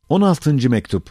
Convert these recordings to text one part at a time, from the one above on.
16. mektup.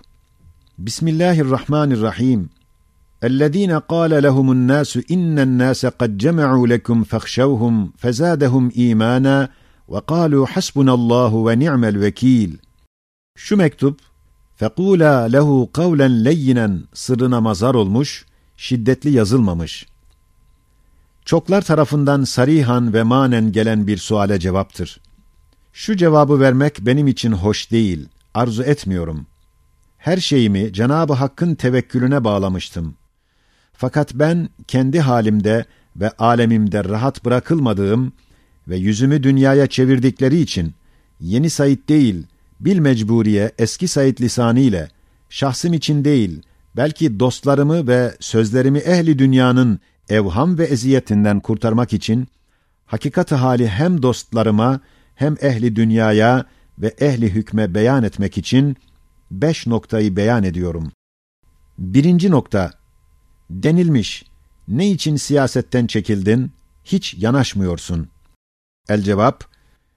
Bismillahirrahmanirrahim. اَلَّذ۪ينَ قَالَ لَهُمُ النَّاسُ اِنَّ النَّاسَ قَدْ جَمَعُوا لَكُمْ فَاخْشَوْهُمْ فَزَادَهُمْ اِيمَانًا وَقَالُوا حَسْبُنَ اللّٰهُ وَنِعْمَ الْوَك۪يلِ. Şu mektup, فَقُولَا لَهُ قَوْلًا لَيِّنًا sırrına mazhar olmuş, şiddetli yazılmamış. Çoklar tarafından sarihan ve manen gelen bir suale cevaptır. Şu cevabı vermek benim için hoş değil, arzu etmiyorum. Her şeyimi Cenab-ı Hakk'ın tevekkülüne bağlamıştım. Fakat ben kendi halimde ve alemimde rahat bırakılmadığım ve yüzümü dünyaya çevirdikleri için yeni Said değil, bil mecburiye eski Said lisanı ile şahsım için değil, belki dostlarımı ve sözlerimi ehli dünyanın evham ve eziyetinden kurtarmak için hakikati hali hem dostlarıma hem ehli dünyaya ve ehli hükme beyan etmek için 5 noktayı beyan ediyorum. 1. nokta. Denilmiş, ne için siyasetten çekildin, hiç yanaşmıyorsun. El cevap,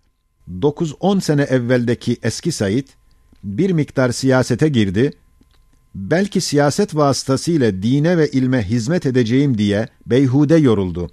9-10 sene evveldeki eski Said, bir miktar siyasete girdi, belki siyaset vasıtasıyla dine ve ilme hizmet edeceğim diye beyhude yoruldu.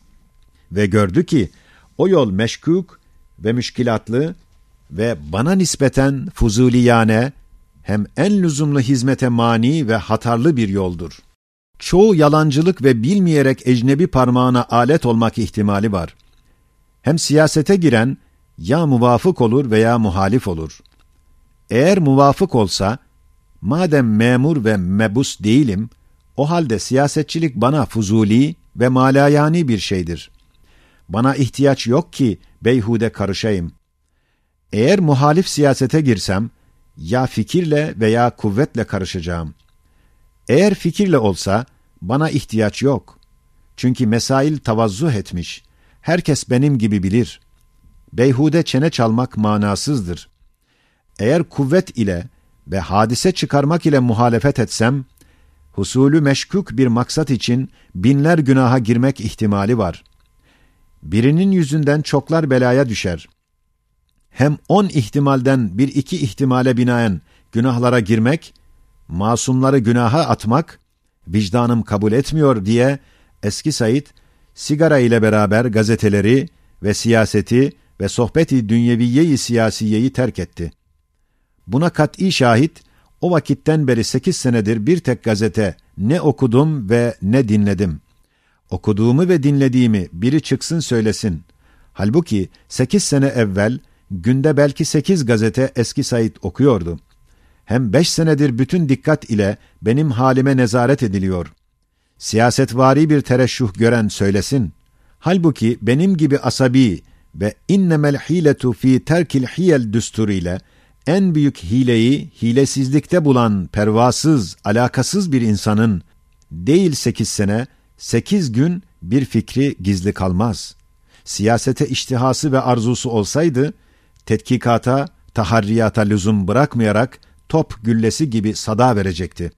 Ve gördü ki, o yol meşkûk ve müşkilatlı ve bana nispeten fuzuliyane, hem en lüzumlu hizmete mani ve hatarlı bir yoldur. Çoğu yalancılık ve bilmeyerek ecnebi parmağına alet olmak ihtimali var. Hem siyasete giren, ya muvafık olur veya muhalif olur. Eğer muvafık olsa, madem memur ve mebus değilim, o halde siyasetçilik bana fuzuli ve malayani bir şeydir. Bana ihtiyaç yok ki beyhude karışayım. Eğer muhalif siyasete girsem, ya fikirle veya kuvvetle karışacağım. Eğer fikirle olsa, bana ihtiyaç yok. Çünkü mesail tavazzuh etmiş. Herkes benim gibi bilir. Beyhude çene çalmak manasızdır. Eğer kuvvet ile ve hadise çıkarmak ile muhalefet etsem, husulü meşkuk bir maksat için binler günaha girmek ihtimali var. Birinin yüzünden çoklar belaya düşer. Hem 10 ihtimalden 1-2 ihtimale binaen günahlara girmek, masumları günaha atmak, vicdanım kabul etmiyor diye eski Said, sigara ile beraber gazeteleri ve siyaseti ve sohbeti dünyeviye-i siyasiyeyi terk etti. Buna kat'î şahit, o vakitten beri 8 senedir bir tek gazete ne okudum ve ne dinledim. Okuduğumu ve dinlediğimi biri çıksın söylesin. Halbuki 8 sene evvel, günde belki 8 gazete eski Said okuyordu. Hem 5 senedir bütün dikkat ile benim halime nezaret ediliyor. Siyasetvari bir tereşşuh gören söylesin. Halbuki benim gibi asabi ve innemel hiletu fi terkil hiyel düsturiyle en büyük hileyi hilesizlikte bulan pervasız, alakasız bir insanın değil 8 sene, 8 gün bir fikri gizli kalmaz. Siyasete iştihası ve arzusu olsaydı, tetkikata, taharriyata lüzum bırakmayarak top güllesi gibi sada verecekti.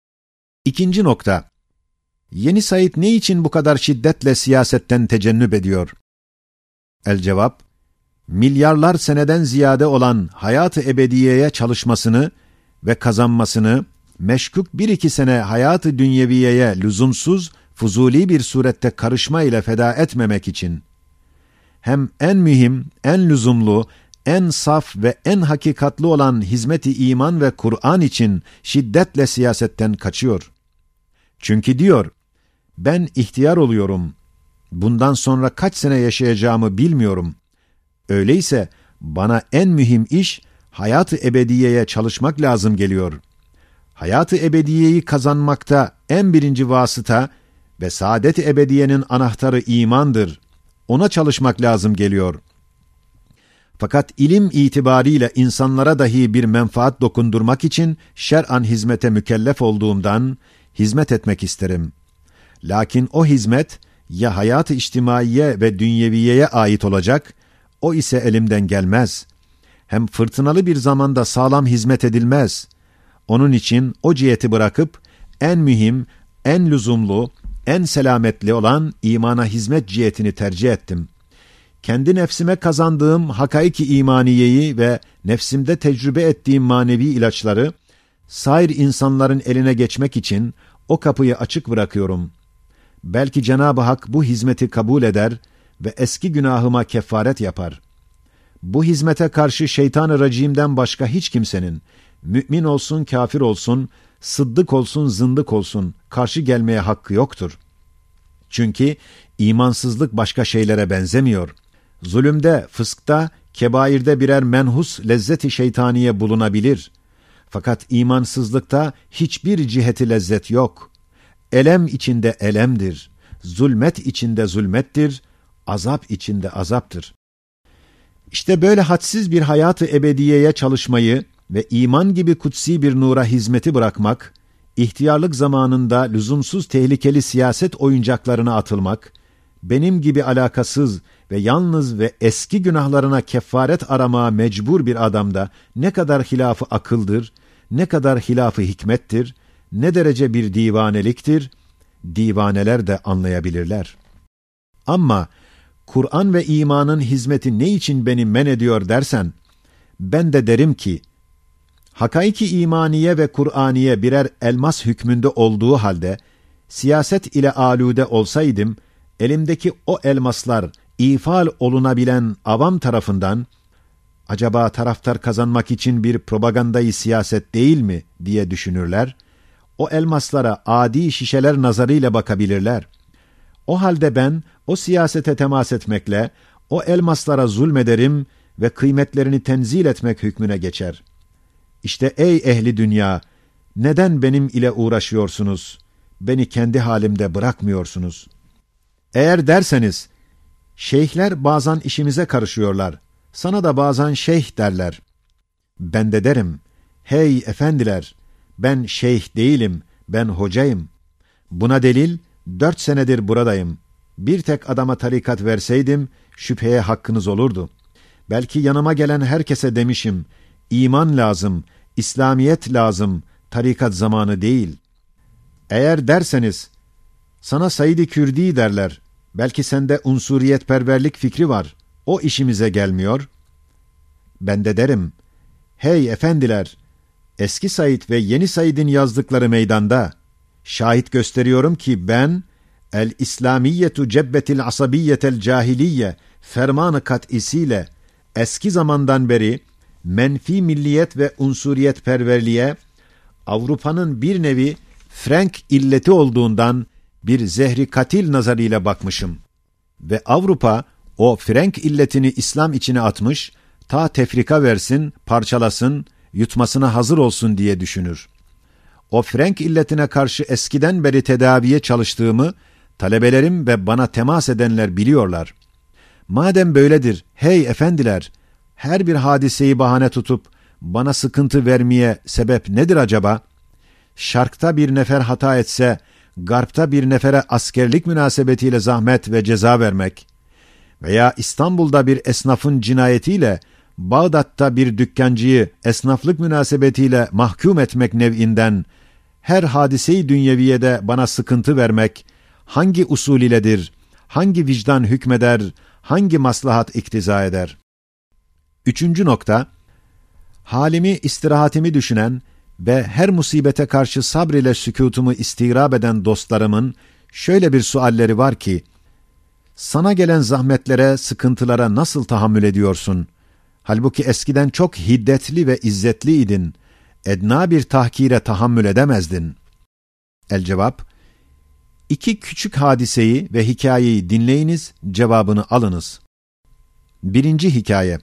2. nokta. Yeni Said ne için bu kadar şiddetle siyasetten tecennüp ediyor? El cevap, milyarlar seneden ziyade olan hayat-ı ebediyeye çalışmasını ve kazanmasını, meşkuk 1-2 sene hayat-ı dünyeviyeye lüzumsuz, fuzuli bir surette karışma ile feda etmemek için. Hem en mühim, en lüzumlu, en saf ve en hakikatli olan hizmet-i iman ve Kur'an için şiddetle siyasetten kaçıyor. Çünkü diyor, ben ihtiyar oluyorum. Bundan sonra kaç sene yaşayacağımı bilmiyorum. Öyleyse bana en mühim iş hayat-ı ebediyeye çalışmak lazım geliyor. Hayat-ı ebediyeyi kazanmakta en birinci vasıta ve saadet-i ebediyenin anahtarı imandır. Ona çalışmak lazım geliyor. Fakat ilim itibariyle insanlara dahi bir menfaat dokundurmak için şer'an hizmete mükellef olduğumdan hizmet etmek isterim. Lakin o hizmet ya hayat-ı içtimaiye ve dünyeviyeye ait olacak, o ise elimden gelmez. Hem fırtınalı bir zamanda sağlam hizmet edilmez. Onun için o ciheti bırakıp en mühim, en lüzumlu, en selametli olan imana hizmet cihetini tercih ettim. kendi nefsime kazandığım hakaiki imaniyeyi ve nefsimde tecrübe ettiğim manevi ilaçları, sair insanların eline geçmek için o kapıyı açık bırakıyorum. Belki Cenab-ı Hak bu hizmeti kabul eder ve eski günahıma kefaret yapar. Bu hizmete karşı şeytan-ı racimden başka hiç kimsenin, mümin olsun, kafir olsun, sıddık olsun, zındık olsun, karşı gelmeye hakkı yoktur. Çünkü imansızlık başka şeylere benzemiyor. Zulümde, fıskta, kebairde birer menhus lezzeti şeytaniye bulunabilir. Fakat imansızlıkta hiçbir ciheti lezzet yok. Elem içinde elemdir, zulmet içinde zulmettir, azap içinde azaptır. İşte böyle hadsiz bir hayat-ı ebediyeye çalışmayı ve iman gibi kutsi bir nura hizmeti bırakmak, ihtiyarlık zamanında lüzumsuz tehlikeli siyaset oyuncaklarına atılmak, benim gibi alakasız ve yalnız ve eski günahlarına kefaret aramaya mecbur bir adamda ne kadar hilafı akıldır, ne kadar hilafı hikmettir, ne derece bir divaneliktir, divaneler de anlayabilirler. Ama Kur'an ve imanın hizmeti ne için beni men ediyor dersen, ben de derim ki, hakaiki imaniye ve Kur'aniye birer elmas hükmünde olduğu halde, siyaset ile alude olsaydım, elimdeki o elmaslar ifal olunabilen avam tarafından, acaba taraftar kazanmak için bir propagandayı siyaset değil mi diye düşünürler, o elmaslara adi şişeler nazarıyla bakabilirler. O halde ben o siyasete temas etmekle o elmaslara zulmederim ve kıymetlerini tenzil etmek hükmüne geçer. İşte ey ehli dünya, neden benim ile uğraşıyorsunuz? Beni kendi halimde bırakmıyorsunuz. Eğer derseniz, şeyhler bazen işimize karışıyorlar, sana da bazen şeyh derler. Ben de derim, hey efendiler, ben şeyh değilim, ben hocayım. Buna delil, 4 senedir buradayım. Bir tek adama tarikat verseydim, şüpheye hakkınız olurdu. Belki yanıma gelen herkese demişim, iman lazım, İslamiyet lazım, tarikat zamanı değil. Eğer derseniz, sana Said-i Kürdi derler, belki sende unsuriyetperverlik fikri var, o işimize gelmiyor. Ben de derim, hey efendiler, eski Said ve yeni Said'in yazdıkları meydanda, şahit gösteriyorum ki ben, el-İslamiyyetu cebbetil asabiyyetel cahiliye fermanı kat'isiyle eski zamandan beri menfi milliyet ve unsuriyetperverliğe Avrupa'nın bir nevi Frank illeti olduğundan bir zehri katil nazarıyla bakmışım. Ve Avrupa o Frank illetini İslam içine atmış, ta tefrika versin, parçalasın, yutmasına hazır olsun diye düşünür. O Frank illetine karşı eskiden beri tedaviye çalıştığımı talebelerim ve bana temas edenler biliyorlar. Madem böyledir, hey efendiler, her bir hadiseyi bahane tutup bana sıkıntı vermeye sebep nedir acaba? Şarkta bir nefer hata etse, Garp'ta bir nefere askerlik münasebetiyle zahmet ve ceza vermek veya İstanbul'da bir esnafın cinayetiyle Bağdat'ta bir dükkancıyı esnaflık münasebetiyle mahkum etmek nev'inden her hadise-i dünyeviyede bana sıkıntı vermek hangi usul iledir, hangi vicdan hükmeder, hangi maslahat iktiza eder? 3. nokta, halimi, istirahatimi düşünen ve her musibete karşı sabr ile sükutumu istirab eden dostlarımın şöyle bir sualleri var ki, sana gelen zahmetlere, sıkıntılara nasıl tahammül ediyorsun? Halbuki eskiden çok hiddetli ve izzetliydin. Edna bir tahkire tahammül edemezdin. El cevap, 2 küçük hadiseyi ve hikayeyi dinleyiniz, cevabını alınız. 1. hikaye.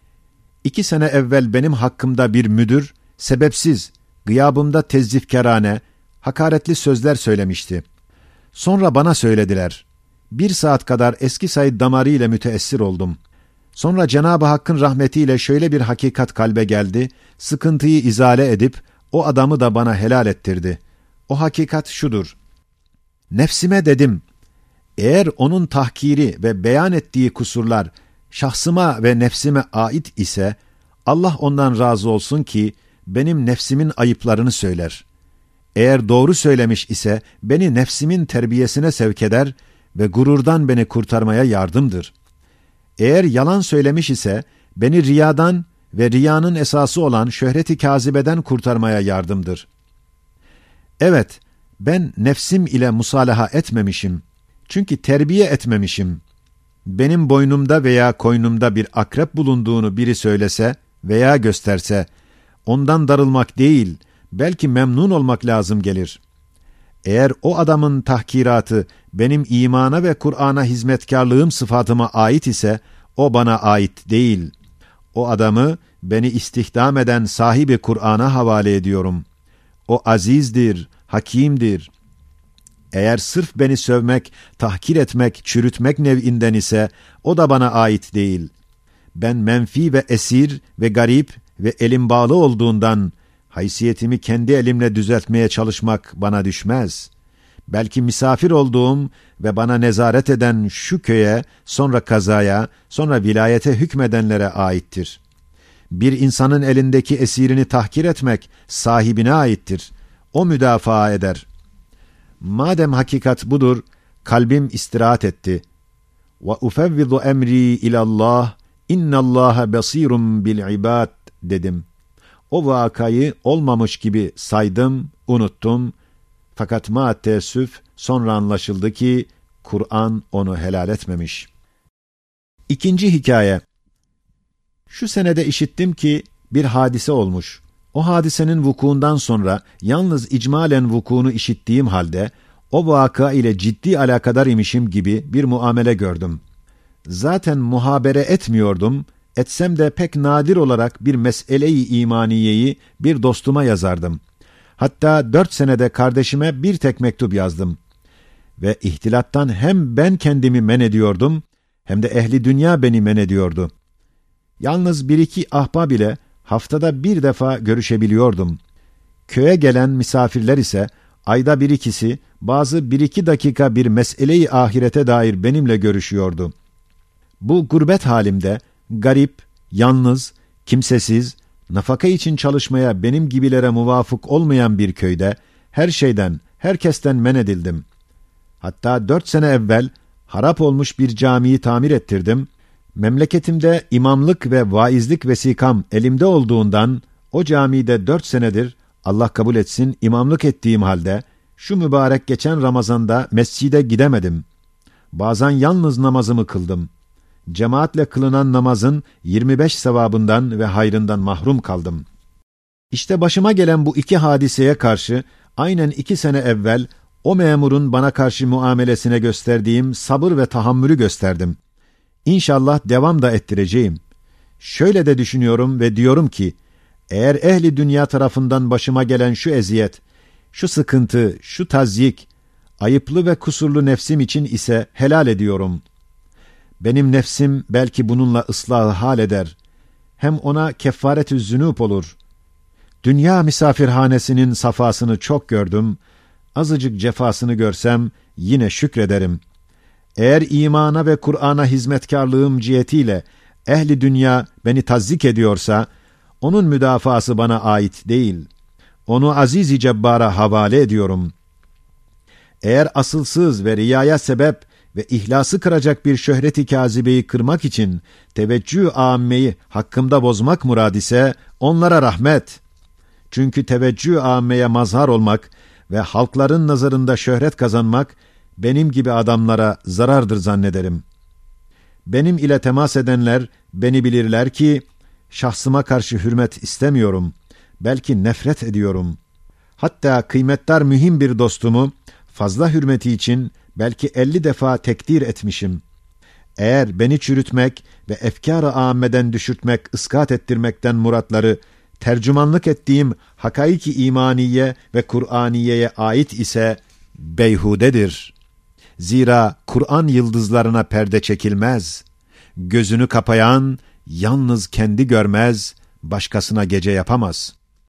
2 sene evvel benim hakkımda bir müdür, sebepsiz, gıyabımda tezzifkârane, hakaretli sözler söylemişti. Sonra bana söylediler. 1 saat kadar eski Said damarı ile müteessir oldum. Sonra Cenab-ı Hakk'ın rahmetiyle şöyle bir hakikat kalbe geldi, sıkıntıyı izale edip, o adamı da bana helal ettirdi. O hakikat şudur. Nefsime dedim, eğer onun tahkiri ve beyan ettiği kusurlar, şahsıma ve nefsime ait ise, Allah ondan razı olsun ki, benim nefsimin ayıplarını söyler. Eğer doğru söylemiş ise, beni nefsimin terbiyesine sevk eder ve gururdan beni kurtarmaya yardımdır. Eğer yalan söylemiş ise beni riyadan ve riyanın esası olan şöhreti kazibeden kurtarmaya yardımdır. Evet, ben nefsim ile musalaha etmemişim. Çünkü terbiye etmemişim. Benim boynumda veya koynumda bir akrep bulunduğunu biri söylese veya gösterse, ondan darılmak değil, belki memnun olmak lazım gelir. Eğer o adamın tahkiratı benim imana ve Kur'an'a hizmetkarlığım sıfatıma ait ise, o bana ait değil. O adamı beni istihdam eden sahibi Kur'an'a havale ediyorum. O azizdir, hakimdir. Eğer sırf beni sövmek, tahkir etmek, çürütmek nev'inden ise, o da bana ait değil. Ben menfi ve esir ve garip ve elim bağlı olduğundan, haysiyetimi kendi elimle düzeltmeye çalışmak bana düşmez. Belki misafir olduğum ve bana nezaret eden şu köye, sonra kazaya, sonra vilayete hükmedenlere aittir. Bir insanın elindeki esirini tahkir etmek sahibine aittir. O müdafaa eder. Madem hakikat budur, kalbim istirahat etti. Ve ufevvidu emri ilallah, innallaha basirun bil ibad dedim. O vakayı olmamış gibi saydım, unuttum. Fakat teessüf sonra anlaşıldı ki Kur'an onu helal etmemiş. İkinci hikaye. Şu senede işittim ki bir hadise olmuş. O hadisenin vukuundan sonra yalnız icmalen vukuunu işittiğim halde o vaka ile ciddi alakadar imişim gibi bir muamele gördüm. Zaten muhabere etmiyordum, etsem de pek nadir olarak bir mesele-i imaniyeyi bir dostuma yazardım. Hatta 4 senede kardeşime bir tek mektup yazdım. Ve ihtilattan hem ben kendimi men ediyordum, hem de ehli dünya beni men ediyordu. Yalnız 1-2 ahbab ile haftada bir defa görüşebiliyordum. Köye gelen misafirler ise ayda 1-2'si bazı 1-2 dakika bir mesele-i ahirete dair benimle görüşüyordu. Bu gurbet halimde garip, yalnız, kimsesiz, nafaka için çalışmaya benim gibilere muvafık olmayan bir köyde her şeyden, herkesten men edildim. Hatta 4 sene evvel harap olmuş bir camiyi tamir ettirdim. Memleketimde imamlık ve vaizlik vesikam elimde olduğundan o camide 4 senedir Allah kabul etsin imamlık ettiğim halde şu mübarek geçen Ramazan'da mescide gidemedim. Bazen yalnız namazımı kıldım. Cemaatle kılınan namazın 25 sevabından ve hayrından mahrum kaldım. İşte başıma gelen bu 2 hadiseye karşı aynen 2 sene evvel o memurun bana karşı muamelesine gösterdiğim sabır ve tahammülü gösterdim. İnşallah devam da ettireceğim. Şöyle de düşünüyorum ve diyorum ki, eğer ehli dünya tarafından başıma gelen şu eziyet, şu sıkıntı, şu tazyik, ayıplı ve kusurlu nefsim için ise helal ediyorum. Benim nefsim belki bununla ıslahı hal eder. Hem ona keffaret-ü zünûb olur. Dünya misafirhanesinin safasını çok gördüm. Azıcık cefasını görsem yine şükrederim. Eğer imana ve Kur'an'a hizmetkarlığım cihetiyle ehli dünya beni tazzik ediyorsa, onun müdafası bana ait değil. Onu Aziz-i Cebbar'a havale ediyorum. Eğer asılsız ve riyaya sebep ve ihlası kıracak bir şöhreti kâzibeyi kırmak için teveccüh-ü âmmeyi hakkımda bozmak murad ise onlara rahmet. Çünkü teveccüh-ü âmmeye mazhar olmak ve halkların nazarında şöhret kazanmak benim gibi adamlara zarardır zannederim. Benim ile temas edenler beni bilirler ki şahsıma karşı hürmet istemiyorum. Belki nefret ediyorum. Hatta kıymetdar mühim bir dostumu fazla hürmeti için belki 50 defa tekdir etmişim. Eğer beni çürütmek ve efkâr-ı âmmeden düşürtmek, ıskat ettirmekten muratları tercümanlık ettiğim hakaiki imaniye ve Kur'aniyeye ait ise beyhudedir. Zira Kur'an yıldızlarına perde çekilmez. Gözünü kapayan yalnız kendi görmez, başkasına gece yapamaz.